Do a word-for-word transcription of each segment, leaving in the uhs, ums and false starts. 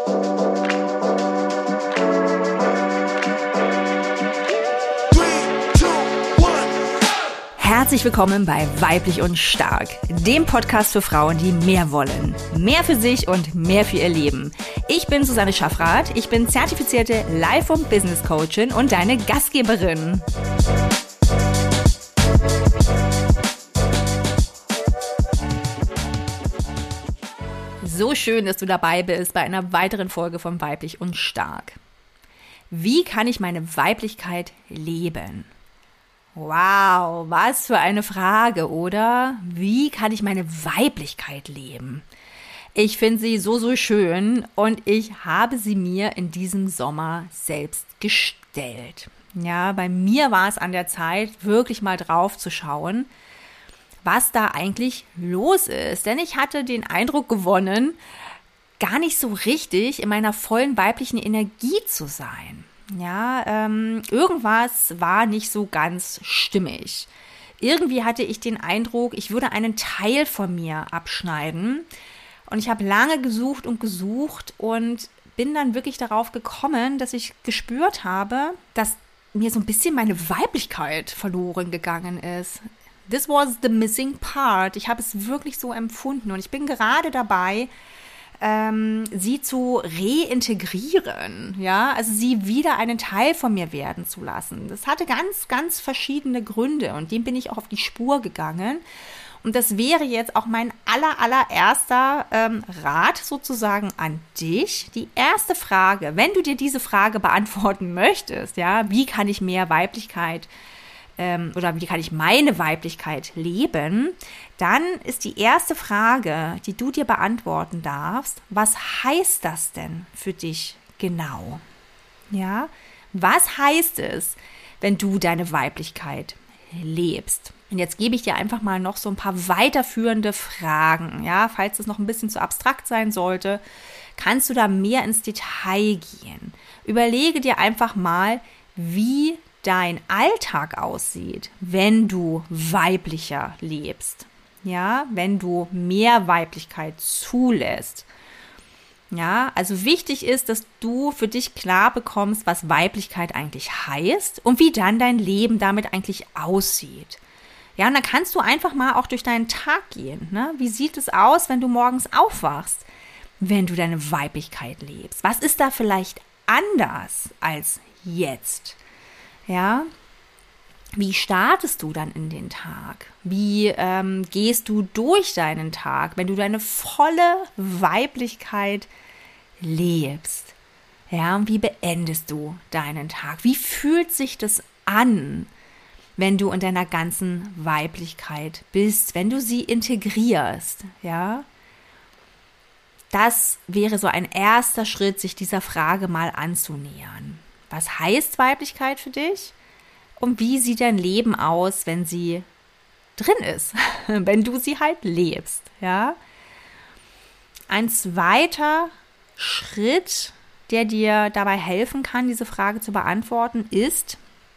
Herzlich willkommen bei Weiblich und Stark, dem Podcast für Frauen, die mehr wollen. Mehr für sich und mehr für ihr Leben. Ich bin Susanne Schaffrath, ich bin zertifizierte Life- und Business-Coachin und deine Gastgeberin. So schön, dass du dabei bist bei einer weiteren Folge von Weiblich und Stark. Wie kann ich meine Weiblichkeit leben? Wow, was für eine Frage, oder? Wie kann ich meine Weiblichkeit leben? Ich finde sie so, so schön und ich habe sie mir in diesem Sommer selbst gestellt. Ja, bei mir war es an der Zeit, wirklich mal drauf zu schauen, was da eigentlich los ist. Denn ich hatte den Eindruck gewonnen, gar nicht so richtig in meiner vollen weiblichen Energie zu sein. Ja, ähm, irgendwas war nicht so ganz stimmig. Irgendwie hatte ich den Eindruck, ich würde einen Teil von mir abschneiden. Und ich habe lange gesucht und gesucht und bin dann wirklich darauf gekommen, dass ich gespürt habe, dass mir so ein bisschen meine Weiblichkeit verloren gegangen ist. This was the missing part. Ich habe es wirklich so empfunden und ich bin gerade dabei, ähm, sie zu reintegrieren, ja, also sie wieder einen Teil von mir werden zu lassen. Das hatte ganz, ganz verschiedene Gründe und dem bin ich auch auf die Spur gegangen. Und das wäre jetzt auch mein aller, allererster ähm, Rat sozusagen an dich. Die erste Frage, wenn du dir diese Frage beantworten möchtest, ja, wie kann ich mehr Weiblichkeit ähm, oder wie kann ich meine Weiblichkeit leben, dann ist die erste Frage, die du dir beantworten darfst, was heißt das denn für dich genau? Ja, was heißt es, wenn du deine Weiblichkeit lebst? Und jetzt gebe ich dir einfach mal noch so ein paar weiterführende Fragen. Ja, falls es noch ein bisschen zu abstrakt sein sollte, kannst du da mehr ins Detail gehen. Überlege dir einfach mal, wie dein Alltag aussieht, wenn du weiblicher lebst. Ja, wenn du mehr Weiblichkeit zulässt. Ja, also wichtig ist, dass du für dich klar bekommst, was Weiblichkeit eigentlich heißt und wie dann dein Leben damit eigentlich aussieht. Ja, und dann kannst du einfach mal auch durch deinen Tag gehen. Ne? Wie sieht es aus, wenn du morgens aufwachst, wenn du deine Weiblichkeit lebst? Was ist da vielleicht anders als jetzt? Ja, wie startest du dann in den Tag? Wie ähm, gehst du durch deinen Tag, wenn du deine volle Weiblichkeit lebst? Ja, und wie beendest du deinen Tag? Wie fühlt sich das an, wenn du in deiner ganzen Weiblichkeit bist, wenn du sie integrierst, ja? Das wäre so ein erster Schritt, sich dieser Frage mal anzunähern. Was heißt Weiblichkeit für dich? Und wie sieht dein Leben aus, wenn sie drin ist, wenn du sie halt lebst, ja? Ein zweiter Schritt, der dir dabei helfen kann, diese Frage zu beantworten, ist: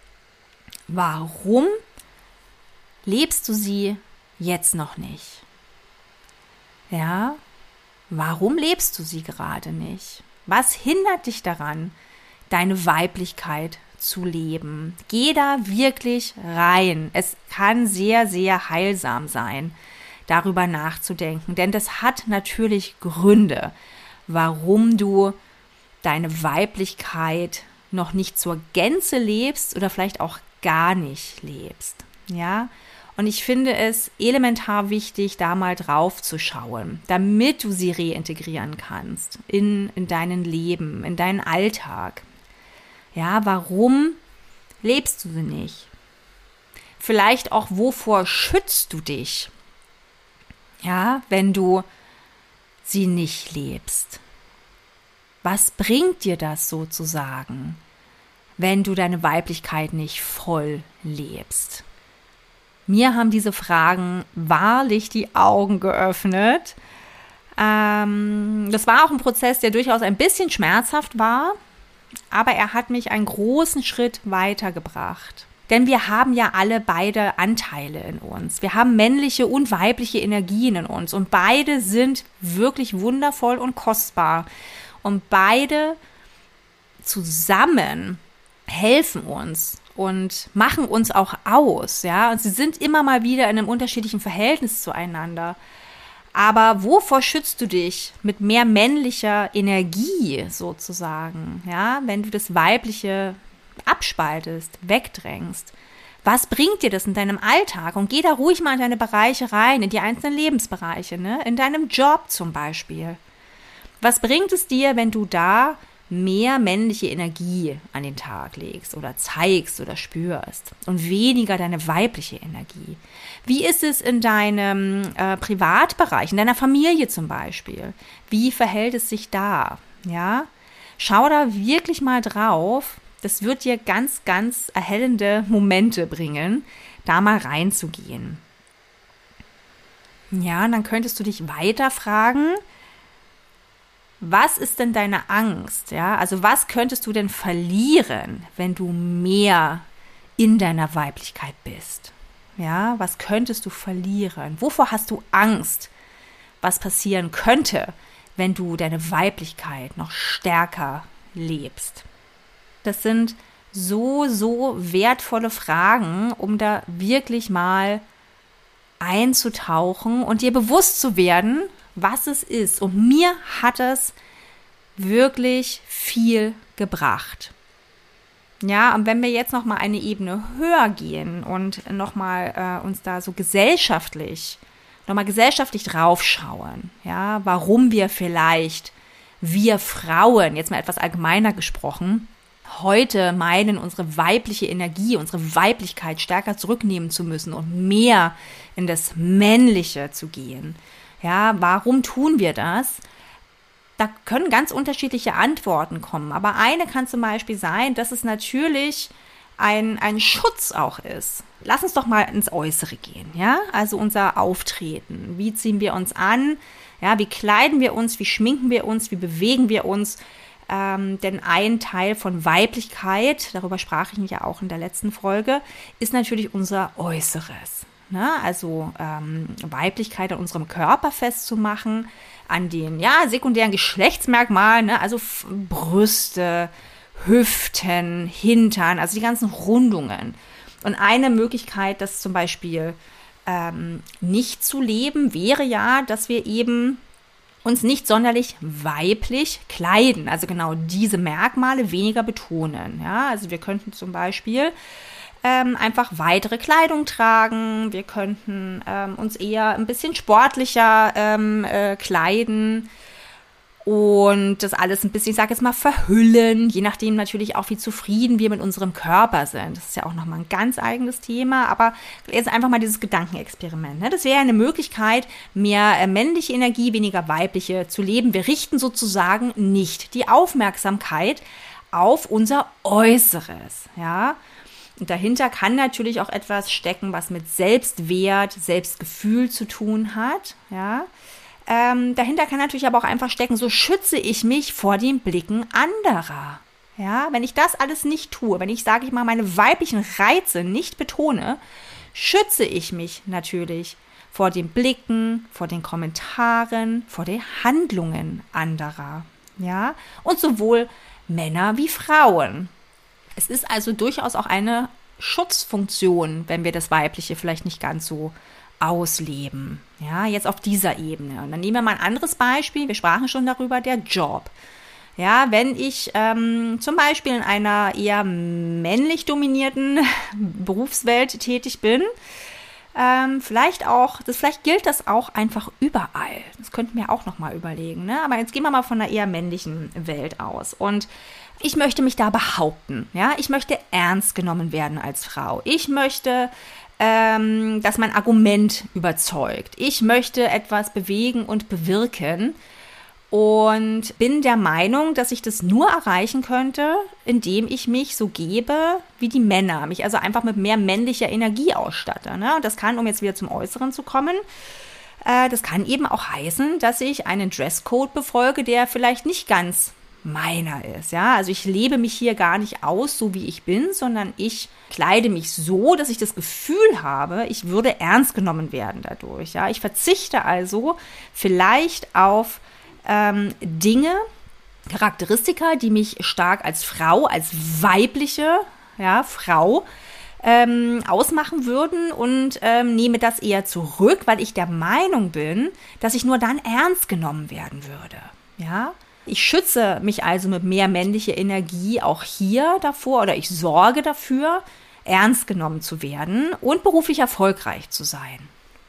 Warum lebst du sie jetzt noch nicht? Ja, warum lebst du sie gerade nicht? Was hindert dich daran, deine Weiblichkeit zu leben? Geh da wirklich rein. Es kann sehr, sehr heilsam sein, darüber nachzudenken, denn das hat natürlich Gründe, warum du deine Weiblichkeit noch nicht zur Gänze lebst oder vielleicht auch gar nicht lebst, ja, und ich finde es elementar wichtig, da mal drauf zu schauen, damit du sie reintegrieren kannst in, in dein Leben, in deinen Alltag. Ja, warum lebst du sie nicht? Vielleicht auch, wovor schützt du dich, ja, wenn du sie nicht lebst? Was bringt dir das sozusagen, wenn du deine Weiblichkeit nicht voll lebst? Mir haben diese Fragen wahrlich die Augen geöffnet. Ähm, das war auch ein Prozess, der durchaus ein bisschen schmerzhaft war, aber er hat mich einen großen Schritt weitergebracht. Denn wir haben ja alle beide Anteile in uns. Wir haben männliche und weibliche Energien in uns und beide sind wirklich wundervoll und kostbar. Und beide zusammen helfen uns und machen uns auch aus, ja. Und sie sind immer mal wieder in einem unterschiedlichen Verhältnis zueinander. Aber wovor schützt du dich mit mehr männlicher Energie sozusagen, ja, wenn du das Weibliche abspaltest, wegdrängst? Was bringt dir das in deinem Alltag? Und geh da ruhig mal in deine Bereiche rein, in die einzelnen Lebensbereiche, ne? In deinem Job zum Beispiel. Was bringt es dir, wenn du da mehr männliche Energie an den Tag legst oder zeigst oder spürst und weniger deine weibliche Energie? Wie ist es in deinem äh, Privatbereich, in deiner Familie zum Beispiel? Wie verhält es sich da? Ja? Schau da wirklich mal drauf. Das wird dir ganz, ganz erhellende Momente bringen, da mal reinzugehen. Ja, und dann könntest du dich weiter fragen, was ist denn deine Angst? Ja, also was könntest du denn verlieren, wenn du mehr in deiner Weiblichkeit bist? Ja, was könntest du verlieren? Wovor hast du Angst? Was passieren könnte, wenn du deine Weiblichkeit noch stärker lebst? Das sind so, so wertvolle Fragen, um da wirklich mal einzutauchen und dir bewusst zu werden, was es ist. Und mir hat es wirklich viel gebracht. Ja, und wenn wir jetzt noch mal eine Ebene höher gehen und noch mal äh, uns da so gesellschaftlich, noch mal gesellschaftlich draufschauen, ja, warum wir vielleicht, wir Frauen, jetzt mal etwas allgemeiner gesprochen, heute meinen, unsere weibliche Energie, unsere Weiblichkeit stärker zurücknehmen zu müssen und mehr in das Männliche zu gehen. Ja, warum tun wir das? Da können ganz unterschiedliche Antworten kommen. Aber eine kann zum Beispiel sein, dass es natürlich ein, ein Schutz auch ist. Lass uns doch mal ins Äußere gehen, ja? Also unser Auftreten. Wie ziehen wir uns an? Ja, wie kleiden wir uns? Wie schminken wir uns? Wie bewegen wir uns? Ähm, denn ein Teil von Weiblichkeit, darüber sprach ich ja auch in der letzten Folge, ist natürlich unser Äußeres. Ne? Also ähm, Weiblichkeit an unserem Körper festzumachen, an den ja, sekundären Geschlechtsmerkmalen, ne? Also F- Brüste, Hüften, Hintern, also die ganzen Rundungen. Und eine Möglichkeit, das zum Beispiel ähm, nicht zu leben, wäre ja, dass wir eben uns nicht sonderlich weiblich kleiden, also genau diese Merkmale weniger betonen. Ja, also wir könnten zum Beispiel ähm, einfach weitere Kleidung tragen, wir könnten ähm, uns eher ein bisschen sportlicher ähm, äh, kleiden und das alles ein bisschen, ich sage jetzt mal, verhüllen, je nachdem natürlich auch, wie zufrieden wir mit unserem Körper sind. Das ist ja auch nochmal ein ganz eigenes Thema, aber jetzt einfach mal dieses Gedankenexperiment. Ne? Das wäre eine Möglichkeit, mehr äh, männliche Energie, weniger weibliche zu leben. Wir richten sozusagen nicht die Aufmerksamkeit auf unser Äußeres. Ja? Und dahinter kann natürlich auch etwas stecken, was mit Selbstwert, Selbstgefühl zu tun hat, ja. Ähm, dahinter kann natürlich aber auch einfach stecken, so schütze ich mich vor den Blicken anderer. Ja, wenn ich das alles nicht tue, wenn ich, sage ich mal, meine weiblichen Reize nicht betone, schütze ich mich natürlich vor den Blicken, vor den Kommentaren, vor den Handlungen anderer. Ja, und sowohl Männer wie Frauen. Es ist also durchaus auch eine Schutzfunktion, wenn wir das Weibliche vielleicht nicht ganz so ausleben. Ja, jetzt auf dieser Ebene. Und dann nehmen wir mal ein anderes Beispiel. Wir sprachen schon darüber, der Job. Ja, wenn ich ähm, zum Beispiel in einer eher männlich dominierten Berufswelt tätig bin, ähm, vielleicht auch, das, vielleicht gilt das auch einfach überall. Das könnten wir auch nochmal überlegen. Ne? Aber jetzt gehen wir mal von einer eher männlichen Welt aus. Und ich möchte mich da behaupten. Ja, ich möchte ernst genommen werden als Frau. Ich möchte Ähm, dass mein Argument überzeugt. Ich möchte etwas bewegen und bewirken und bin der Meinung, dass ich das nur erreichen könnte, indem ich mich so gebe wie die Männer, mich also einfach mit mehr männlicher Energie ausstatte. Ne? Und das kann, um jetzt wieder zum Äußeren zu kommen, äh, das kann eben auch heißen, dass ich einen Dresscode befolge, der vielleicht nicht ganz meiner ist, ja, also ich lebe mich hier gar nicht aus, so wie ich bin, sondern ich kleide mich so, dass ich das Gefühl habe, ich würde ernst genommen werden dadurch, ja, ich verzichte also vielleicht auf ähm, Dinge, Charakteristika, die mich stark als Frau, als weibliche, ja, Frau ähm, ausmachen würden und ähm, nehme das eher zurück, weil ich der Meinung bin, dass ich nur dann ernst genommen werden würde. Ja, ich schütze mich also mit mehr männlicher Energie auch hier davor oder ich sorge dafür, ernst genommen zu werden und beruflich erfolgreich zu sein.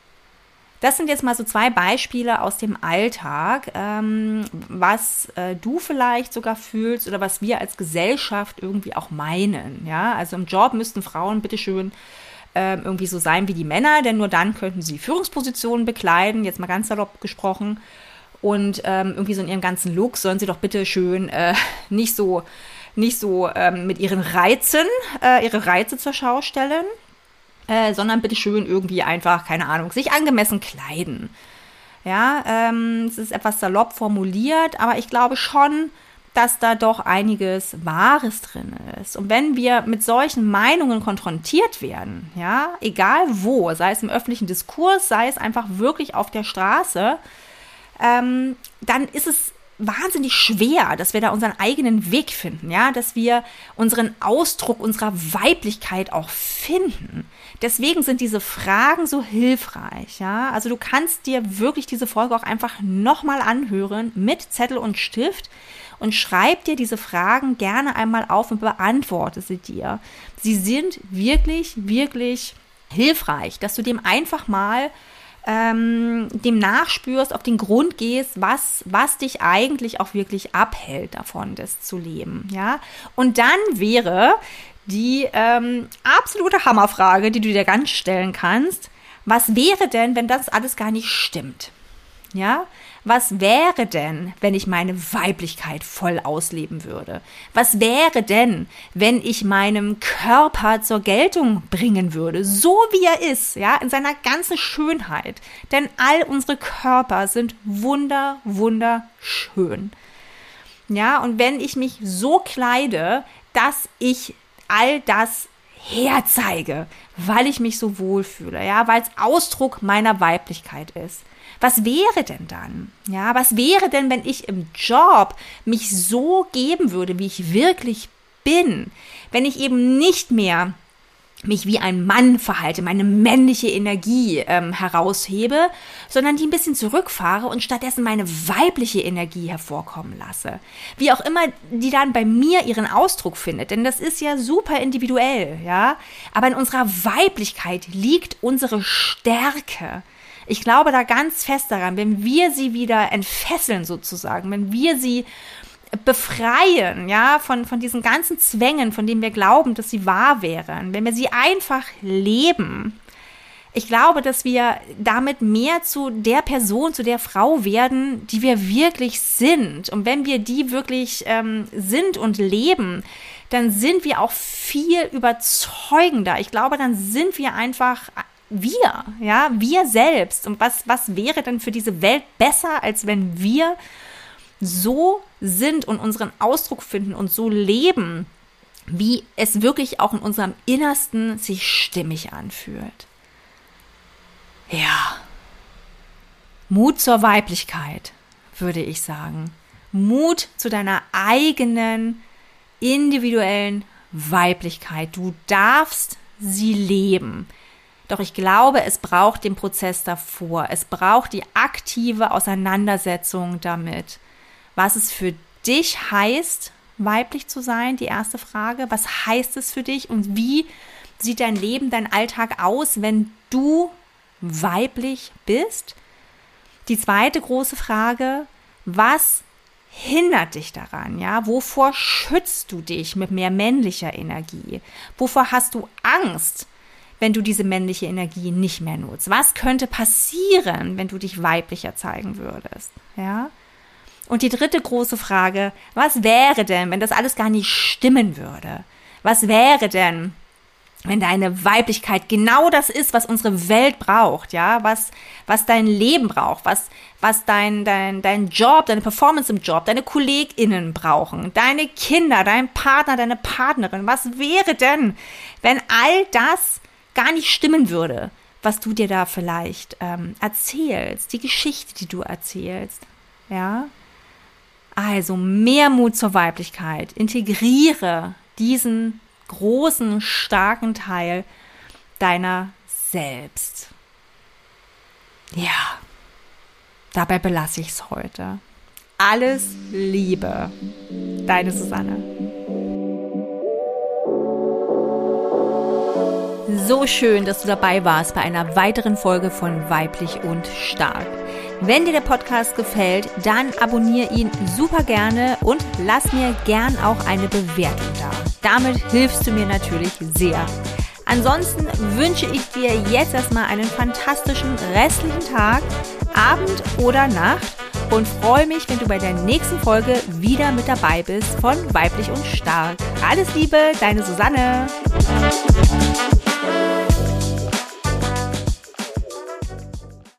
Das sind jetzt mal so zwei Beispiele aus dem Alltag, ähm, was äh, du vielleicht sogar fühlst oder was wir als Gesellschaft irgendwie auch meinen. Ja? Also im Job müssten Frauen bitteschön äh, irgendwie so sein wie die Männer, denn nur dann könnten sie Führungspositionen bekleiden, jetzt mal ganz salopp gesprochen. Und ähm, irgendwie so in ihrem ganzen Look sollen sie doch bitteschön äh, nicht so, nicht so ähm, mit ihren Reizen, äh, ihre Reize zur Schau stellen. Äh, sondern bitte schön irgendwie einfach, keine Ahnung, sich angemessen kleiden. Ja, ähm, es ist etwas salopp formuliert, aber ich glaube schon, dass da doch einiges Wahres drin ist. Und wenn wir mit solchen Meinungen konfrontiert werden, ja, egal wo, sei es im öffentlichen Diskurs, sei es einfach wirklich auf der Straße, ähm, dann ist es wahnsinnig schwer, dass wir da unseren eigenen Weg finden, ja, dass wir unseren Ausdruck unserer Weiblichkeit auch finden. Deswegen sind diese Fragen so hilfreich, ja. Also du kannst dir wirklich diese Folge auch einfach nochmal anhören mit Zettel und Stift und schreib dir diese Fragen gerne einmal auf und beantworte sie dir. Sie sind wirklich, wirklich hilfreich, dass du dem einfach mal ähm, dem nachspürst, auf den Grund gehst, was, was dich eigentlich auch wirklich abhält davon, das zu leben, ja. Und dann wäre die ähm, absolute Hammerfrage, die du dir ganz stellen kannst: Was wäre denn, wenn das alles gar nicht stimmt? Ja, was wäre denn, wenn ich meine Weiblichkeit voll ausleben würde? Was wäre denn, wenn ich meinem Körper zur Geltung bringen würde, so wie er ist, ja, in seiner ganzen Schönheit? Denn all unsere Körper sind wunder, wunderschön. Ja, und wenn ich mich so kleide, dass ich all das herzeige, weil ich mich so wohlfühle, ja, weil es Ausdruck meiner Weiblichkeit ist. Was wäre denn dann? Ja, was wäre denn, wenn ich im Job mich so geben würde, wie ich wirklich bin? Wenn ich eben nicht mehr mich wie ein Mann verhalte, meine männliche Energie ähm, heraushebe, sondern die ein bisschen zurückfahre und stattdessen meine weibliche Energie hervorkommen lasse. Wie auch immer die dann bei mir ihren Ausdruck findet, denn das ist ja super individuell, ja. Aber in unserer Weiblichkeit liegt unsere Stärke. Ich glaube da ganz fest daran, wenn wir sie wieder entfesseln sozusagen, wenn wir sie befreien, ja, von, von diesen ganzen Zwängen, von denen wir glauben, dass sie wahr wären, wenn wir sie einfach leben. Ich glaube, dass wir damit mehr zu der Person, zu der Frau werden, die wir wirklich sind. Und wenn wir die wirklich ähm, sind und leben, dann sind wir auch viel überzeugender. Ich glaube, dann sind wir einfach wir, ja, wir selbst. Und was, was wäre denn für diese Welt besser, als wenn wir so sind und unseren Ausdruck finden und so leben, wie es wirklich auch in unserem Innersten sich stimmig anfühlt. Ja. Mut zur Weiblichkeit, würde ich sagen. Mut zu deiner eigenen, individuellen Weiblichkeit. Du darfst sie leben. Doch ich glaube, es braucht den Prozess davor. Es braucht die aktive Auseinandersetzung damit. Was es für dich heißt, weiblich zu sein, die erste Frage. Was heißt es für dich und wie sieht dein Leben, dein Alltag aus, wenn du weiblich bist? Die zweite große Frage: Was hindert dich daran? Ja, wovor schützt du dich mit mehr männlicher Energie? Wovor hast du Angst, wenn du diese männliche Energie nicht mehr nutzt? Was könnte passieren, wenn du dich weiblicher zeigen würdest? Ja. Und die dritte große Frage: Was wäre denn, wenn das alles gar nicht stimmen würde? Was wäre denn, wenn deine Weiblichkeit genau das ist, was unsere Welt braucht, ja, was, was dein Leben braucht, was, was dein, dein, dein Job, deine Performance im Job, deine KollegInnen brauchen, deine Kinder, dein Partner, deine Partnerin? Was wäre denn, wenn all das gar nicht stimmen würde, was du dir da vielleicht ähm, erzählst, die Geschichte, die du erzählst, ja? Also mehr Mut zur Weiblichkeit. Integriere diesen großen, starken Teil deiner selbst. Ja, dabei belasse ich es heute. Alles Liebe, deine Susanne. So schön, dass du dabei warst bei einer weiteren Folge von Weiblich und Stark. Wenn dir der Podcast gefällt, dann abonniere ihn super gerne und lass mir gern auch eine Bewertung da. Damit hilfst du mir natürlich sehr. Ansonsten wünsche ich dir jetzt erstmal einen fantastischen restlichen Tag, Abend oder Nacht und freue mich, wenn du bei der nächsten Folge wieder mit dabei bist von Weiblich und Stark. Alles Liebe, deine Susanne.